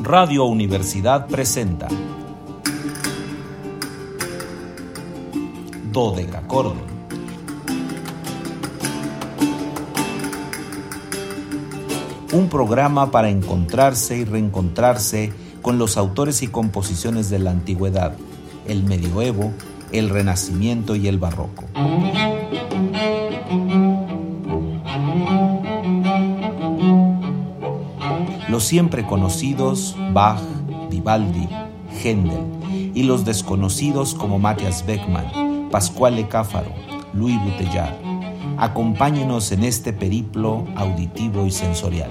Radio Universidad presenta Dodecacordon, un programa para encontrarse y reencontrarse con los autores y composiciones de la antigüedad, el medioevo, el renacimiento y el barroco. Los siempre conocidos Bach, Vivaldi, Händel, y los desconocidos como Matthias Beckmann, Pasquale Cáfaro, Louis Bouteillard. Acompáñenos en este periplo auditivo y sensorial.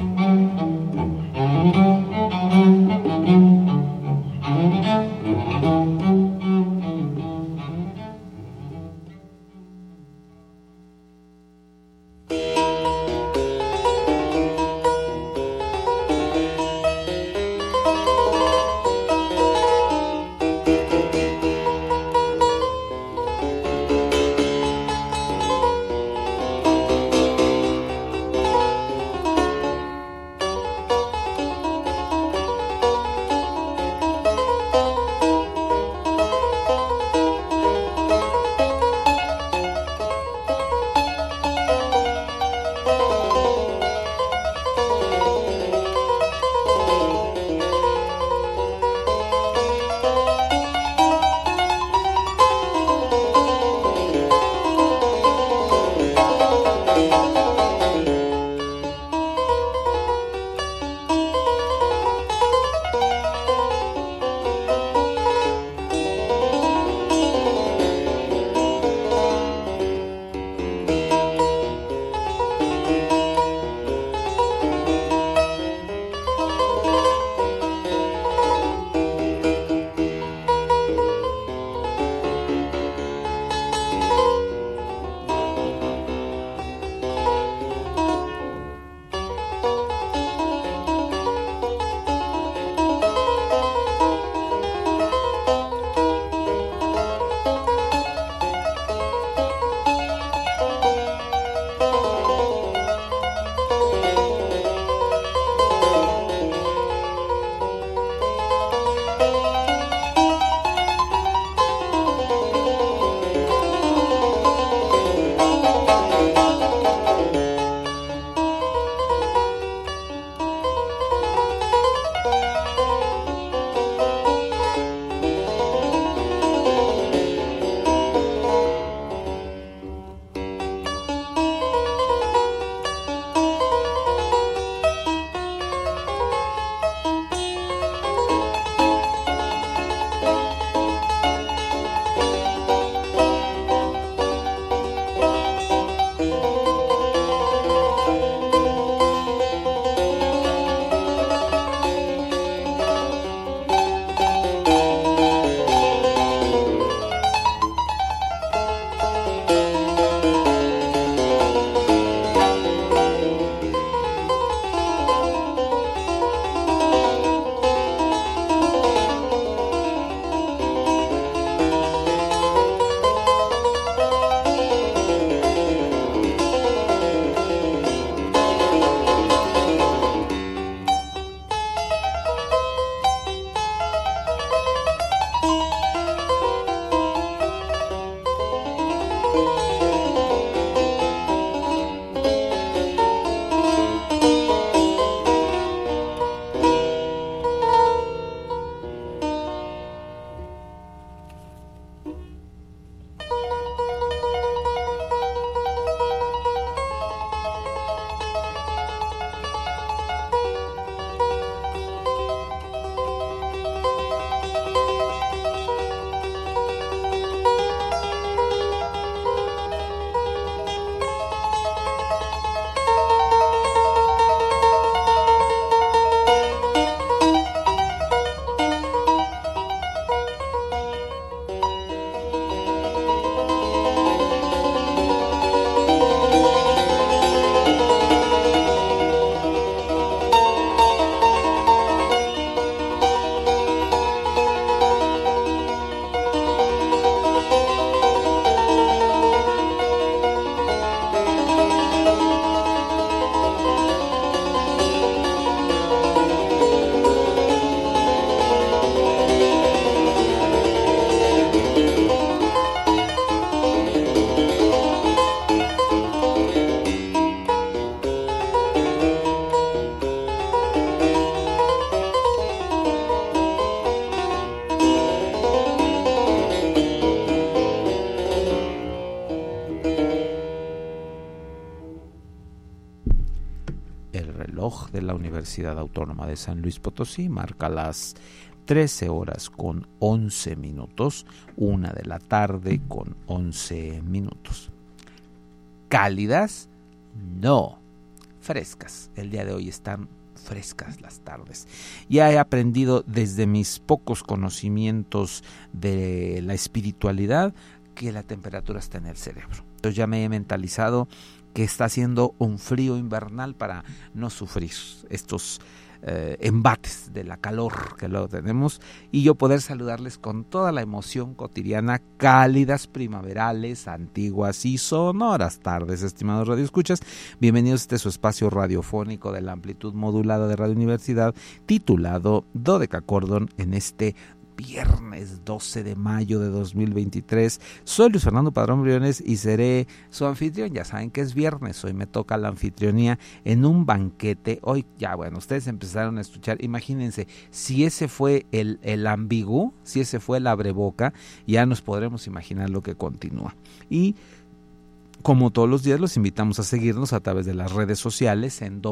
reloj de la Universidad Autónoma de San Luis Potosí marca las 13 horas con 11 minutos, 1 de la tarde con 11 minutos. ¿Cálidas? No, frescas. El día de hoy están frescas las tardes. Ya he aprendido desde mis pocos conocimientos de la espiritualidad que la temperatura está en el cerebro. Entonces ya me he mentalizado que está haciendo un frío invernal para no sufrir estos embates de la calor que luego tenemos y yo poder saludarles con toda la emoción cotidiana, cálidas, primaverales, antiguas y sonoras tardes, estimados radioescuchas. Bienvenidos a este su espacio radiofónico de la amplitud modulada de Radio Universidad, titulado Dodecacordon, en este viernes 12 de mayo de 2023. Soy Luis Fernando Padrón Briones y seré su anfitrión. Ya saben que es viernes, hoy me toca la anfitrionía en un banquete. Hoy ya, bueno, ustedes empezaron a escuchar, imagínense, si ese fue el ambiguo, si ese fue el abreboca, ya nos podremos imaginar lo que continúa. Y como todos los días, los invitamos a seguirnos a través de las redes sociales en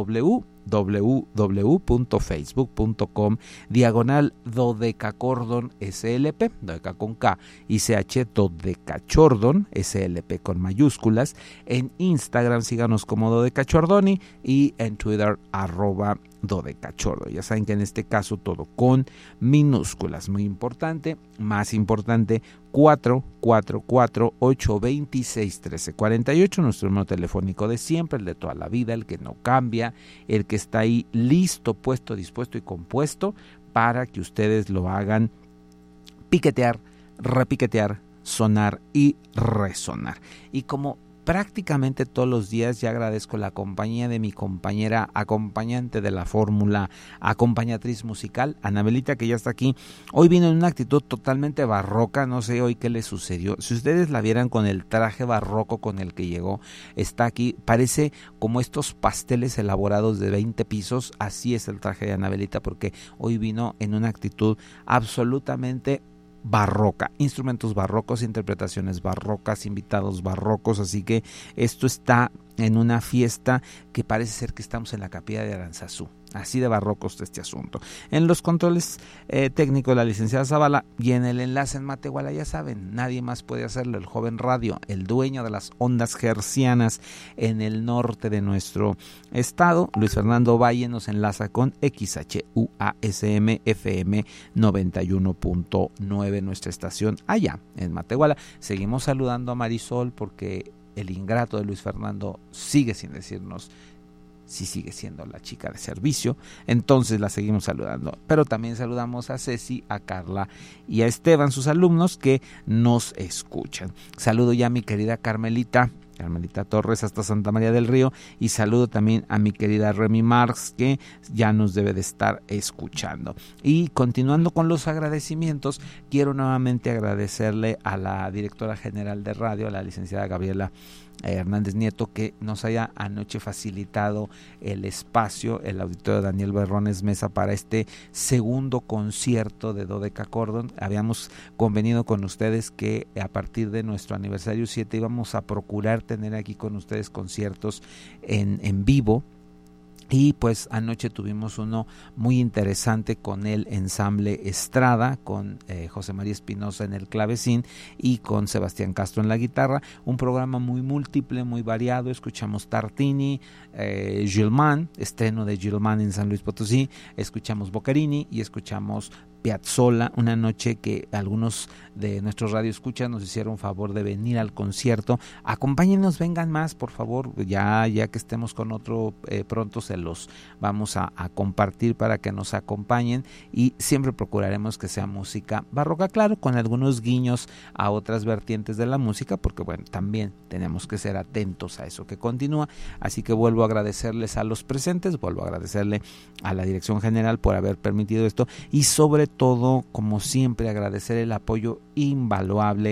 www.facebook.com/Dodecacordon SLP, Dodeca con K y CH, Dodecachordon SLP con mayúsculas. En Instagram síganos como Dodecachordoni y en Twitter @Dodecachordo. Ya saben que en este caso todo con minúsculas. Muy importante, más importante, 444-826-1348, nuestro número telefónico de siempre, el de toda la vida, el que no cambia, el que está ahí listo, puesto, dispuesto y compuesto para que ustedes lo hagan piquetear, repiquetear, sonar y resonar. Y como prácticamente todos los días ya agradezco la compañía de mi compañera acompañante de la fórmula, acompañatriz musical, Anabelita, que ya está aquí. Hoy vino en una actitud totalmente barroca, no sé hoy qué le sucedió. Si ustedes la vieran con el traje barroco con el que llegó, está aquí, parece como estos pasteles elaborados de 20 pisos, así es el traje de Anabelita, porque hoy vino en una actitud absolutamente barroca, instrumentos barrocos, interpretaciones barrocas, invitados barrocos, así que esto está en una fiesta que parece ser que estamos en la capilla de Aranzazú. Así de barrocos de este asunto. En los controles técnicos la licenciada Zavala y en el enlace en Matehuala, ya saben, nadie más puede hacerlo, el joven radio, el dueño de las ondas hercianas en el norte de nuestro estado, Luis Fernando Valle, nos enlaza con XHUASM FM 91.9, nuestra estación allá en Matehuala. Seguimos saludando a Marisol porque el ingrato de Luis Fernando sigue sin decirnos si sigue siendo la chica de servicio, entonces la seguimos saludando. Pero también saludamos a Ceci, a Carla y a Esteban, sus alumnos que nos escuchan. Saludo ya a mi querida Carmelita Torres hasta Santa María del Río, y saludo también a mi querida Remy Marx, que ya nos debe de estar escuchando. Y continuando con los agradecimientos, quiero nuevamente agradecerle a la directora general de radio, a la licenciada Gabriela Hernández Nieto, que nos haya anoche facilitado el espacio, el auditorio Daniel Berrones Mesa, para este segundo concierto de Dodecacordon. Habíamos convenido con ustedes que a partir de nuestro aniversario 7 íbamos a procurar tener aquí con ustedes conciertos en vivo. Y pues anoche tuvimos uno muy interesante con el ensamble Estrada, con José María Espinosa en el clavecín y con Sebastián Castro en la guitarra. Un programa muy múltiple, muy variado. Escuchamos Tartini, Gilman, estreno de Gilman en San Luis Potosí. Escuchamos Boccherini y escuchamos Piazzolla, una noche que algunos de nuestros radioescuchas nos hicieron favor de venir al concierto. Acompáñenos, vengan más, por favor, ya que estemos con otro, pronto se los vamos a compartir para que nos acompañen, y siempre procuraremos que sea música barroca, claro, con algunos guiños a otras vertientes de la música, porque bueno, también tenemos que ser atentos a eso que continúa. Así que vuelvo a agradecerles a los presentes, vuelvo a agradecerle a la dirección general por haber permitido esto, y sobre todo, como siempre, agradecer el apoyo invaluable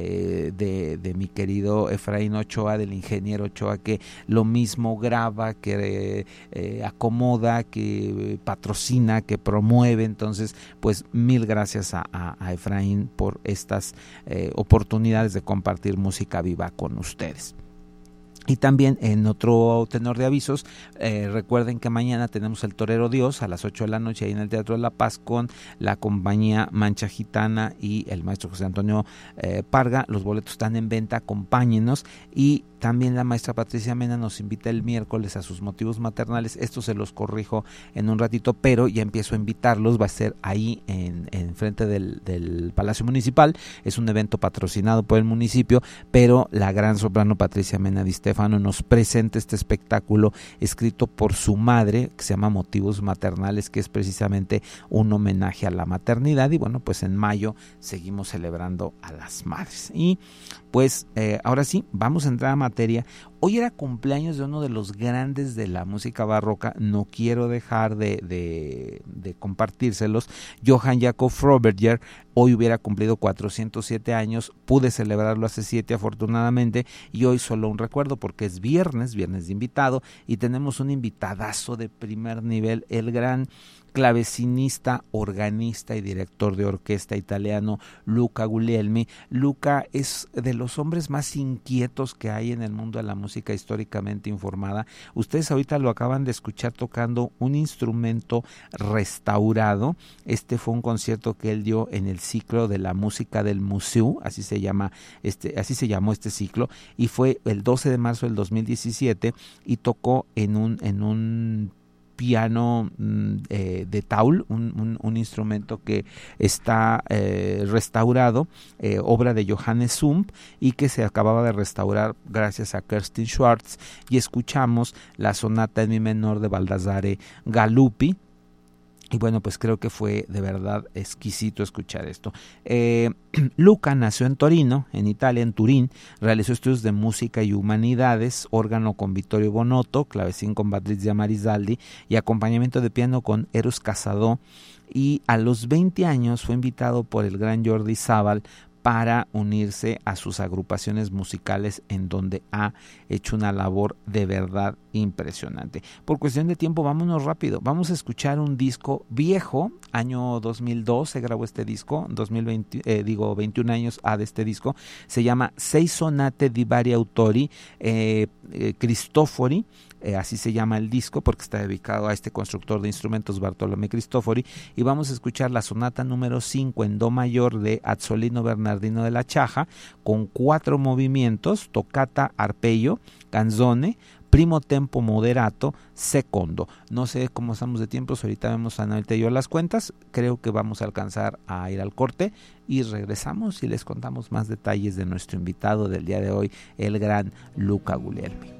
de mi querido Efraín Ochoa, del ingeniero Ochoa, que lo mismo graba, que acomoda, que patrocina, que promueve. Entonces, pues mil gracias a Efraín por estas oportunidades de compartir música viva con ustedes. Y también en otro tenor de avisos, recuerden que mañana tenemos el Torero Dios a las 8 de la noche ahí en el Teatro de la Paz con la compañía Mancha Gitana y el maestro José Antonio Parga. Los boletos están en venta, acompáñenos. Y también la maestra Patricia Mena nos invita el miércoles a sus motivos maternales. Esto se los corrijo en un ratito, pero ya empiezo a invitarlos. Va a ser ahí en frente del Palacio Municipal. Es un evento patrocinado por el municipio, pero la gran soprano Patricia Mena Di Stefano nos presenta este espectáculo escrito por su madre, que se llama Motivos Maternales, que es precisamente un homenaje a la maternidad. Y bueno, pues en mayo seguimos celebrando a las madres. Y pues ahora sí, vamos a entrar a materia. Hoy era cumpleaños de uno de los grandes de la música barroca. No quiero dejar de compartírselos. Johann Jakob Froberger hoy hubiera cumplido 407 años. Pude celebrarlo hace 7 afortunadamente, y hoy solo un recuerdo porque es viernes de invitado, y tenemos un invitadazo de primer nivel, el gran clavecinista, organista y director de orquesta italiano Luca Guglielmi. Luca es de los hombres más inquietos que hay en el mundo de la música históricamente informada. Ustedes ahorita lo acaban de escuchar tocando un instrumento restaurado. Este fue un concierto que él dio en el ciclo de la música del Museu, así se llamó este ciclo, y fue el 12 de marzo del 2017, y tocó en un piano de taul, un instrumento que está restaurado, obra de Johannes Zump, y que se acababa de restaurar gracias a Kerstin Schwartz. Y escuchamos la sonata en mi menor de Baldassare Galuppi. Y bueno, pues creo que fue de verdad exquisito escuchar esto. Luca nació en Torino, en Italia, en Turín. Realizó estudios de música y humanidades, órgano con Vittorio Bonotto, clavecín con Patrizia Marisbaldi y acompañamiento de piano con Eros Cassadò. Y a los 20 años fue invitado por el gran Jordi Savall para unirse a sus agrupaciones musicales, en donde ha hecho una labor de verdad impresionante. Por cuestión de tiempo, vámonos rápido. Vamos a escuchar un disco viejo, año 2002 se grabó este disco, 21 años de este disco. Se llama Sei sonate di vari autori, Cristofori. Así se llama el disco porque está dedicado a este constructor de instrumentos Bartolomé Cristofori, y vamos a escuchar la sonata número 5 en do mayor de Azzolino Bernardino de la Chaja, con 4 movimientos: toccata, arpeggio, canzone, primo tempo moderato, secondo. No sé cómo estamos de tiempos, ahorita vemos Anita y yo las cuentas. Creo que vamos a alcanzar a ir al corte y regresamos y les contamos más detalles de nuestro invitado del día de hoy, el gran Luca Guglielmi.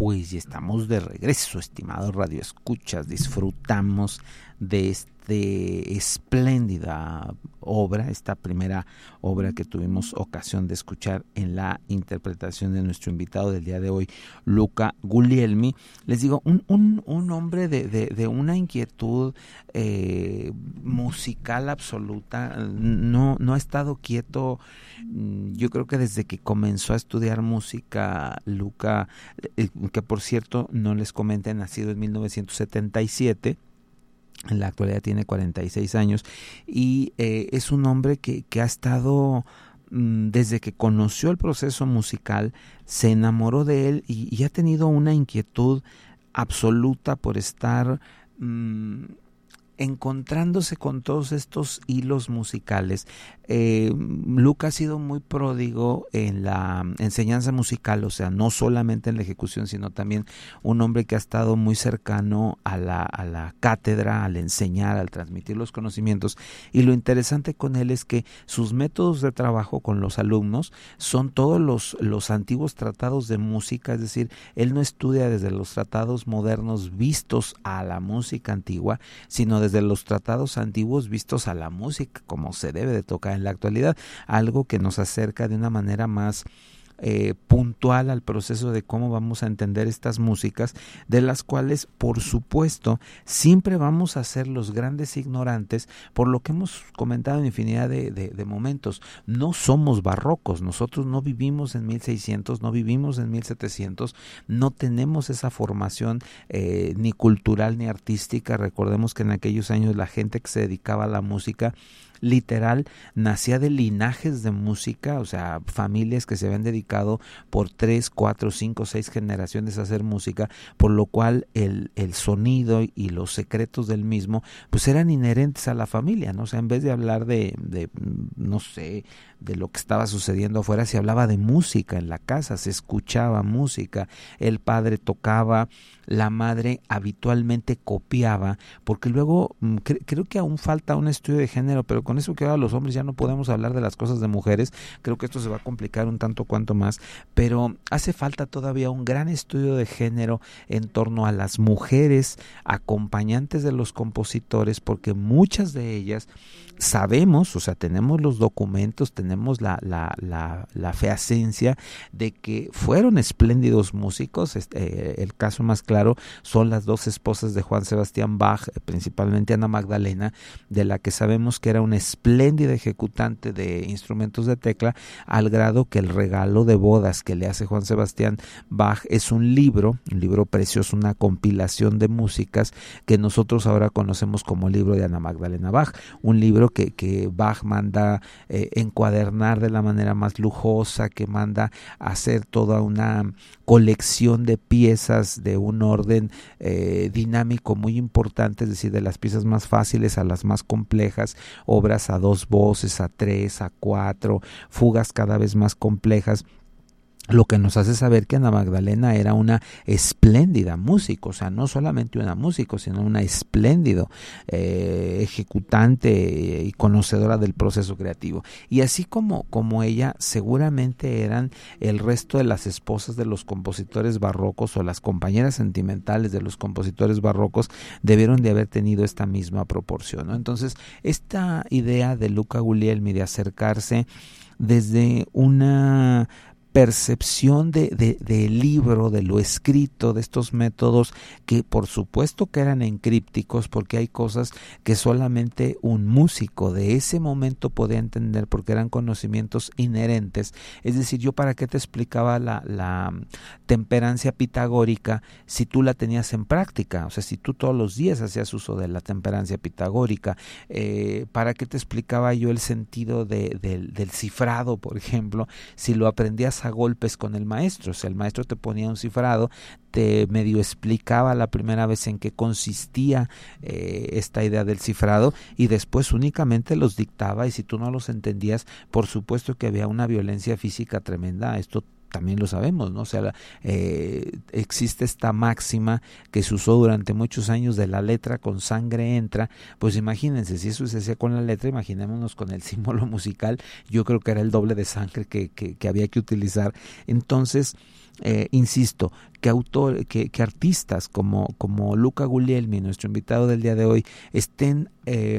Pues ya estamos de regreso, estimados radioescuchas. Disfrutamos de esta espléndida obra, esta primera obra que tuvimos ocasión de escuchar en la interpretación de nuestro invitado del día de hoy, Luca Guglielmi. Les digo, un hombre de una inquietud musical absoluta. No ha estado quieto. Yo creo que desde que comenzó a estudiar música, Luca, que por cierto no les comenté, nacido en 1977, en la actualidad tiene 46 años y es un hombre que ha estado, desde que conoció el proceso musical, se enamoró de él y ha tenido una inquietud absoluta por estar encontrándose con todos estos hilos musicales. Luca ha sido muy pródigo en la enseñanza musical, o sea, no solamente en la ejecución, sino también un hombre que ha estado muy cercano a la cátedra, al enseñar, al transmitir los conocimientos. Y lo interesante con él es que sus métodos de trabajo con los alumnos son todos los antiguos tratados de música, es decir, él no estudia desde los tratados modernos vistos a la música antigua, sino desde los tratados antiguos vistos a la música como se debe de tocar en la actualidad, algo que nos acerca de una manera más puntual al proceso de cómo vamos a entender estas músicas, de las cuales por supuesto siempre vamos a ser los grandes ignorantes, por lo que hemos comentado en infinidad de momentos. No somos barrocos, nosotros no vivimos en 1600, no vivimos en 1700, no tenemos esa formación ni cultural ni artística. Recordemos que en aquellos años la gente que se dedicaba a la música literal nacía de linajes de música, o sea, familias que se habían dedicado por 3, 4, 5, 6 generaciones a hacer música, por lo cual el sonido y los secretos del mismo pues eran inherentes a la familia, ¿no? O sea, en vez de hablar de no sé, de lo que estaba sucediendo afuera, se hablaba de música en la casa, se escuchaba música, el padre tocaba, la madre habitualmente copiaba, porque luego creo que aún falta un estudio de género, pero con eso que ahora los hombres ya no podemos hablar de las cosas de mujeres, creo que esto se va a complicar un tanto cuanto más, pero hace falta todavía un gran estudio de género en torno a las mujeres acompañantes de los compositores, porque muchas de ellas sabemos, o sea, tenemos los documentos, tenemos la fehacencia de que fueron espléndidos músicos. El caso más claro son las dos esposas de Juan Sebastián Bach, principalmente Ana Magdalena, de la que sabemos que era una espléndida ejecutante de instrumentos de tecla, al grado que el regalo de bodas que le hace Juan Sebastián Bach es un libro precioso, una compilación de músicas que nosotros ahora conocemos como libro de Ana Magdalena Bach, un libro que Bach manda encuadernar de la manera más lujosa, que manda hacer toda una colección de piezas de un orden dinámico muy importante, es decir, de las piezas más fáciles a las más complejas, obras a 2 voces, a 3, a 4, fugas cada vez más complejas, lo que nos hace saber que Ana Magdalena era una espléndida músico, o sea, no solamente una músico, sino una espléndido ejecutante y conocedora del proceso creativo. Y así como ella, seguramente eran el resto de las esposas de los compositores barrocos o las compañeras sentimentales de los compositores barrocos debieron de haber tenido esta misma proporción, ¿no? Entonces, esta idea de Luca Guglielmi de acercarse desde una percepción del libro, de lo escrito, de estos métodos que por supuesto que eran encrípticos, porque hay cosas que solamente un músico de ese momento podía entender porque eran conocimientos inherentes. Es decir, yo para qué te explicaba la temperancia pitagórica si tú la tenías en práctica, o sea, si tú todos los días hacías uso de la temperancia pitagórica, para qué te explicaba yo el sentido del cifrado, por ejemplo, si lo aprendías a golpes con el maestro. O sea, el maestro te ponía un cifrado, te medio explicaba la primera vez en qué consistía esta idea del cifrado y después únicamente los dictaba, y si tú no los entendías, por supuesto que había una violencia física tremenda. Esto también lo sabemos, ¿no? O sea, existe esta máxima que se usó durante muchos años de la letra con sangre entra. Pues imagínense, si eso se hacía con la letra, imaginémonos con el símbolo musical. Yo creo que era el doble de sangre que había que utilizar. Entonces, insisto, que artistas como Luca Guglielmi, nuestro invitado del día de hoy, estén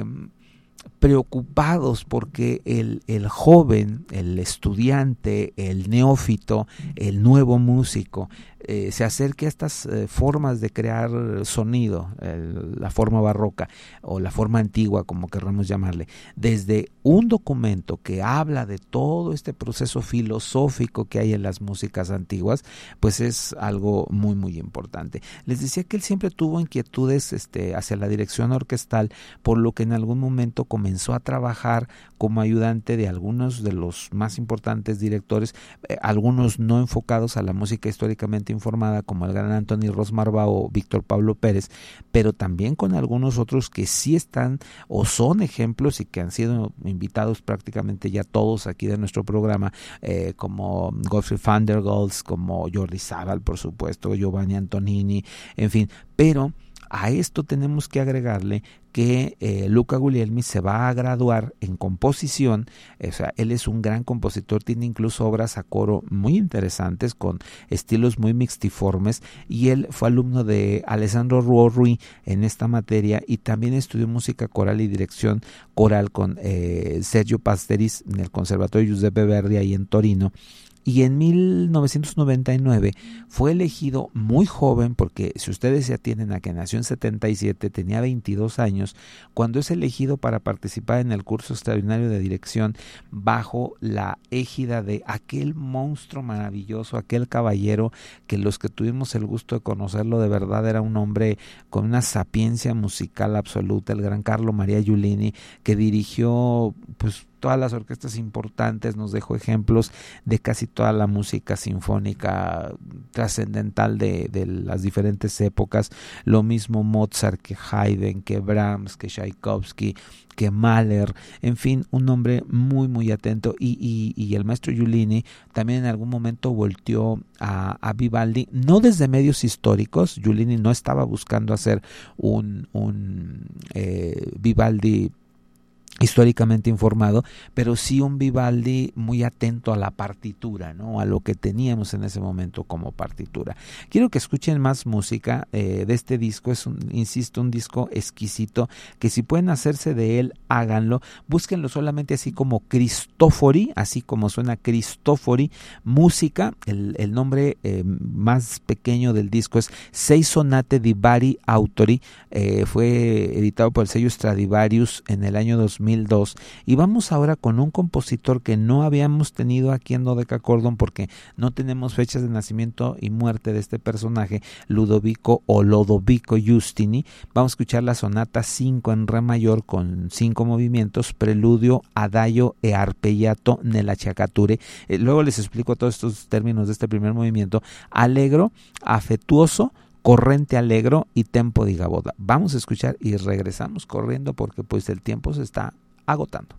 preocupados porque el joven, el estudiante, el neófito, el nuevo músico se acerque a estas formas de crear sonido, la forma barroca o la forma antigua, como querramos llamarle, desde un documento que habla de todo este proceso filosófico que hay en las músicas antiguas, pues es algo muy muy importante. Les decía que él siempre tuvo inquietudes hacia la dirección orquestal, por lo que en algún momento comenzó a trabajar como ayudante de algunos de los más importantes directores, algunos no enfocados a la música históricamente informada, como el gran Anthony Rosmarbao o Víctor Pablo Pérez, pero también con algunos otros que sí están o son ejemplos y que han sido invitados prácticamente ya todos aquí de nuestro programa, como Gottfried van der Goltz, como Jordi Savall, por supuesto, Giovanni Antonini, en fin, pero a esto tenemos que agregarle que Luca Guglielmi se va a graduar en composición. O sea, él es un gran compositor, tiene incluso obras a coro muy interesantes con estilos muy mixtiformes, y él fue alumno de Alessandro Ruy en esta materia, y también estudió música coral y dirección coral con Sergio Pasteris en el Conservatorio Giuseppe Verdi ahí en Torino. Y en 1999 fue elegido muy joven, porque si ustedes se atienen a que nació en 77, tenía 22 años, cuando es elegido para participar en el curso extraordinario de dirección bajo la égida de aquel monstruo maravilloso, aquel caballero que los que tuvimos el gusto de conocerlo de verdad era un hombre con una sapiencia musical absoluta, el gran Carlo Maria Giulini, que dirigió pues todas las orquestas importantes, nos dejó ejemplos de casi toda la música sinfónica trascendental de las diferentes épocas, lo mismo Mozart, que Haydn, que Brahms, que Tchaikovsky, que Mahler, en fin, un hombre muy muy atento, y el maestro Giulini también en algún momento volteó a Vivaldi, no desde medios históricos. Giulini no estaba buscando hacer un Vivaldi históricamente informado, pero sí un Vivaldi muy atento a la partitura, ¿no? A lo que teníamos en ese momento como partitura. Quiero que escuchen más música de este disco. Es insisto, un disco exquisito, que si pueden hacerse de él, háganlo. Búsquenlo solamente así como Cristofori, así como suena Cristofori Música. El nombre más pequeño del disco es Sei Sonate di Vari Autori. Fue editado por el sello Stradivarius en el año 2002, y vamos ahora con un compositor que no habíamos tenido aquí en Dodecacordon porque no tenemos fechas de nacimiento y muerte de este personaje, Ludovico Giustini. Vamos a escuchar la sonata 5 en re mayor con 5 movimientos, preludio, adagio e arpeggiato nella acciaccature. Luego les explico todos estos términos de este primer movimiento: allegro, afetuoso, corrente allegro y tempo di gavotta. Vamos a escuchar y regresamos corriendo porque pues el tiempo se está agotando.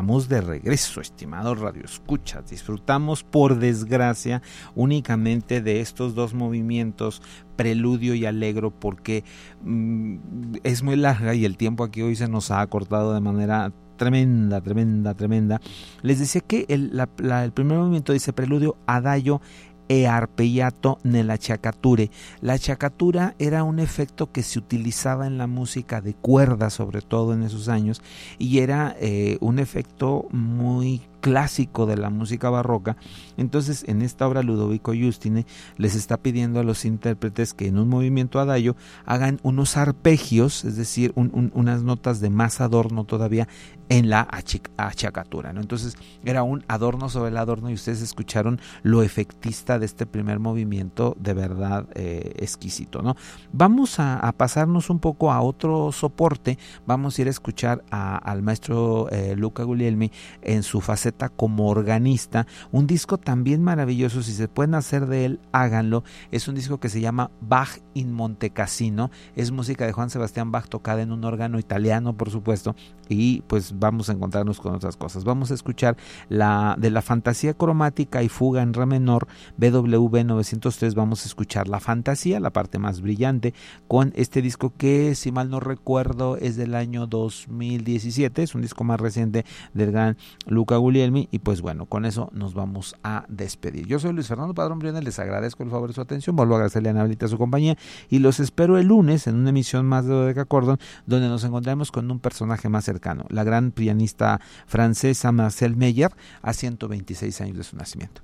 estamos de regreso, estimados radioescuchas. Disfrutamos, por desgracia, únicamente de estos dos movimientos, preludio y allegro, porque es muy larga y el tiempo aquí hoy se nos ha acortado de manera tremenda. Les decía que el primer movimiento dice preludio, adagio e arpeggiato nella acciaccature. La acciaccatura era un efecto que se utilizaba en la música de cuerda, sobre todo en esos años, y era un efecto muy clásico de la música barroca. Entonces, en esta obra Ludovico Giustine les está pidiendo a los intérpretes que en un movimiento adagio hagan unos arpegios, es decir, unas notas de más adorno todavía en la acciaccatura, ¿no? Entonces era un adorno sobre el adorno, y ustedes escucharon lo efectista de este primer movimiento, de verdad exquisito, ¿no? Vamos a pasarnos un poco a otro soporte. Vamos a ir a escuchar al maestro Luca Guglielmi en su faceta como organista, un disco también maravilloso. Si se pueden hacer de él, háganlo. Es un disco que se llama Bach in Montecassino, es música de Juan Sebastián Bach tocada en un órgano italiano, por supuesto, y pues vamos a encontrarnos con otras cosas. Vamos a escuchar de la Fantasía Cromática y Fuga en Re menor, BWV 903, vamos a escuchar la Fantasía, la parte más brillante, con este disco que, si mal no recuerdo, es del año 2017, es un disco más reciente del gran Luca Guglielmi. Y pues bueno, con eso nos vamos a despedir. Yo soy Luis Fernando Padrón Briones, les agradezco el favor de su atención, vuelvo a agradecerle a Anabelita su compañía, y los espero el lunes en una emisión más de Dodecacordon, donde nos encontraremos con un personaje más cercano, la gran pianista francesa Marcel Meyer, a 126 años de su nacimiento.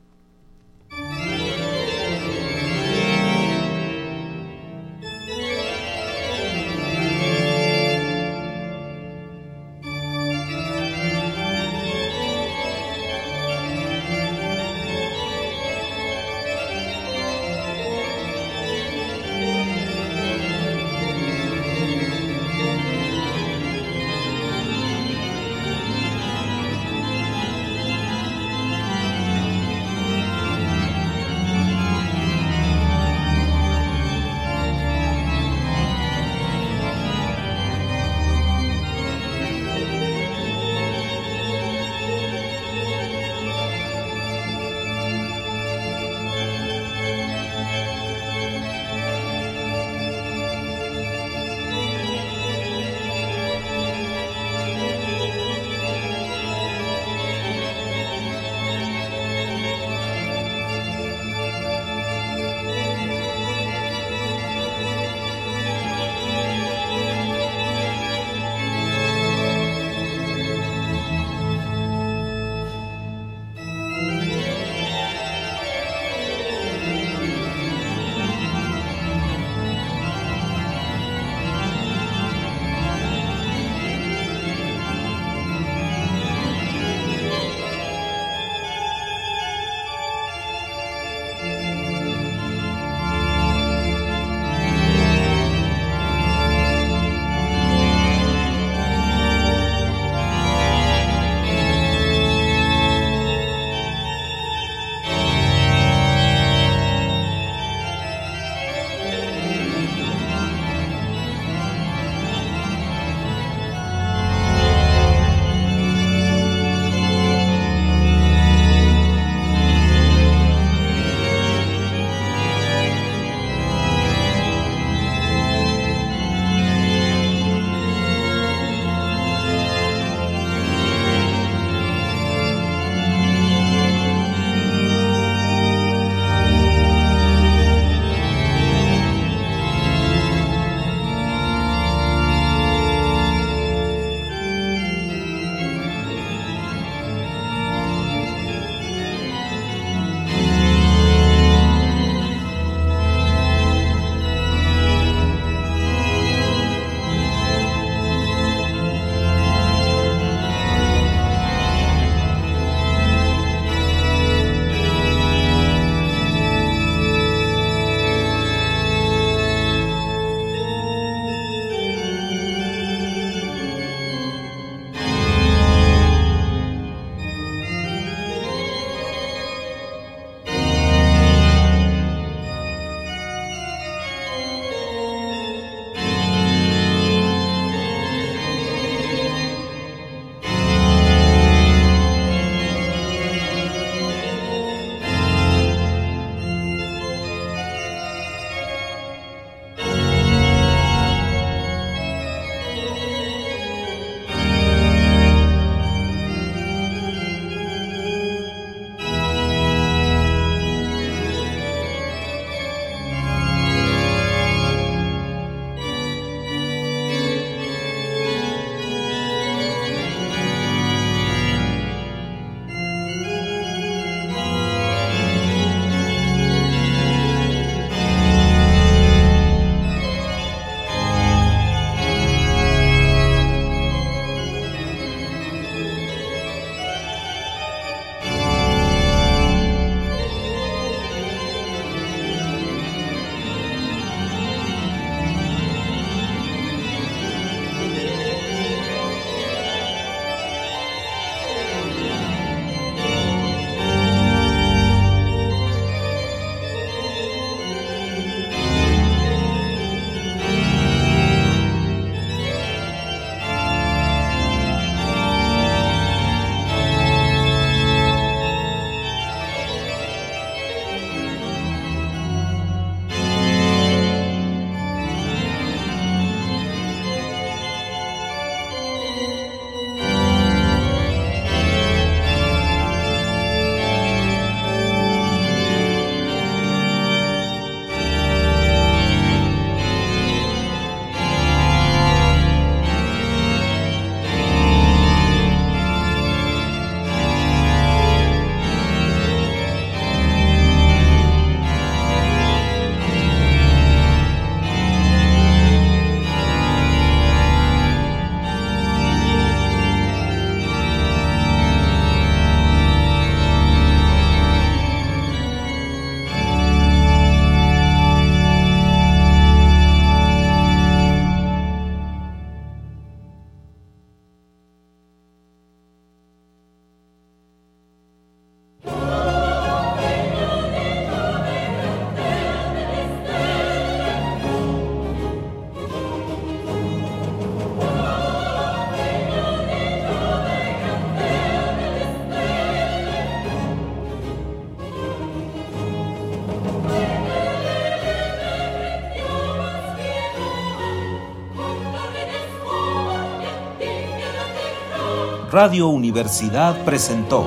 Radio Universidad presentó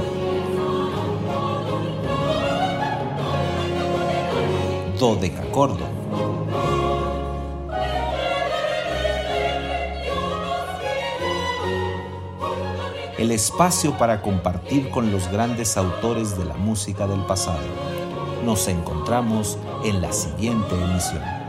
Dodecacordo. El espacio para compartir con los grandes autores de la música del pasado. Nos encontramos en la siguiente emisión.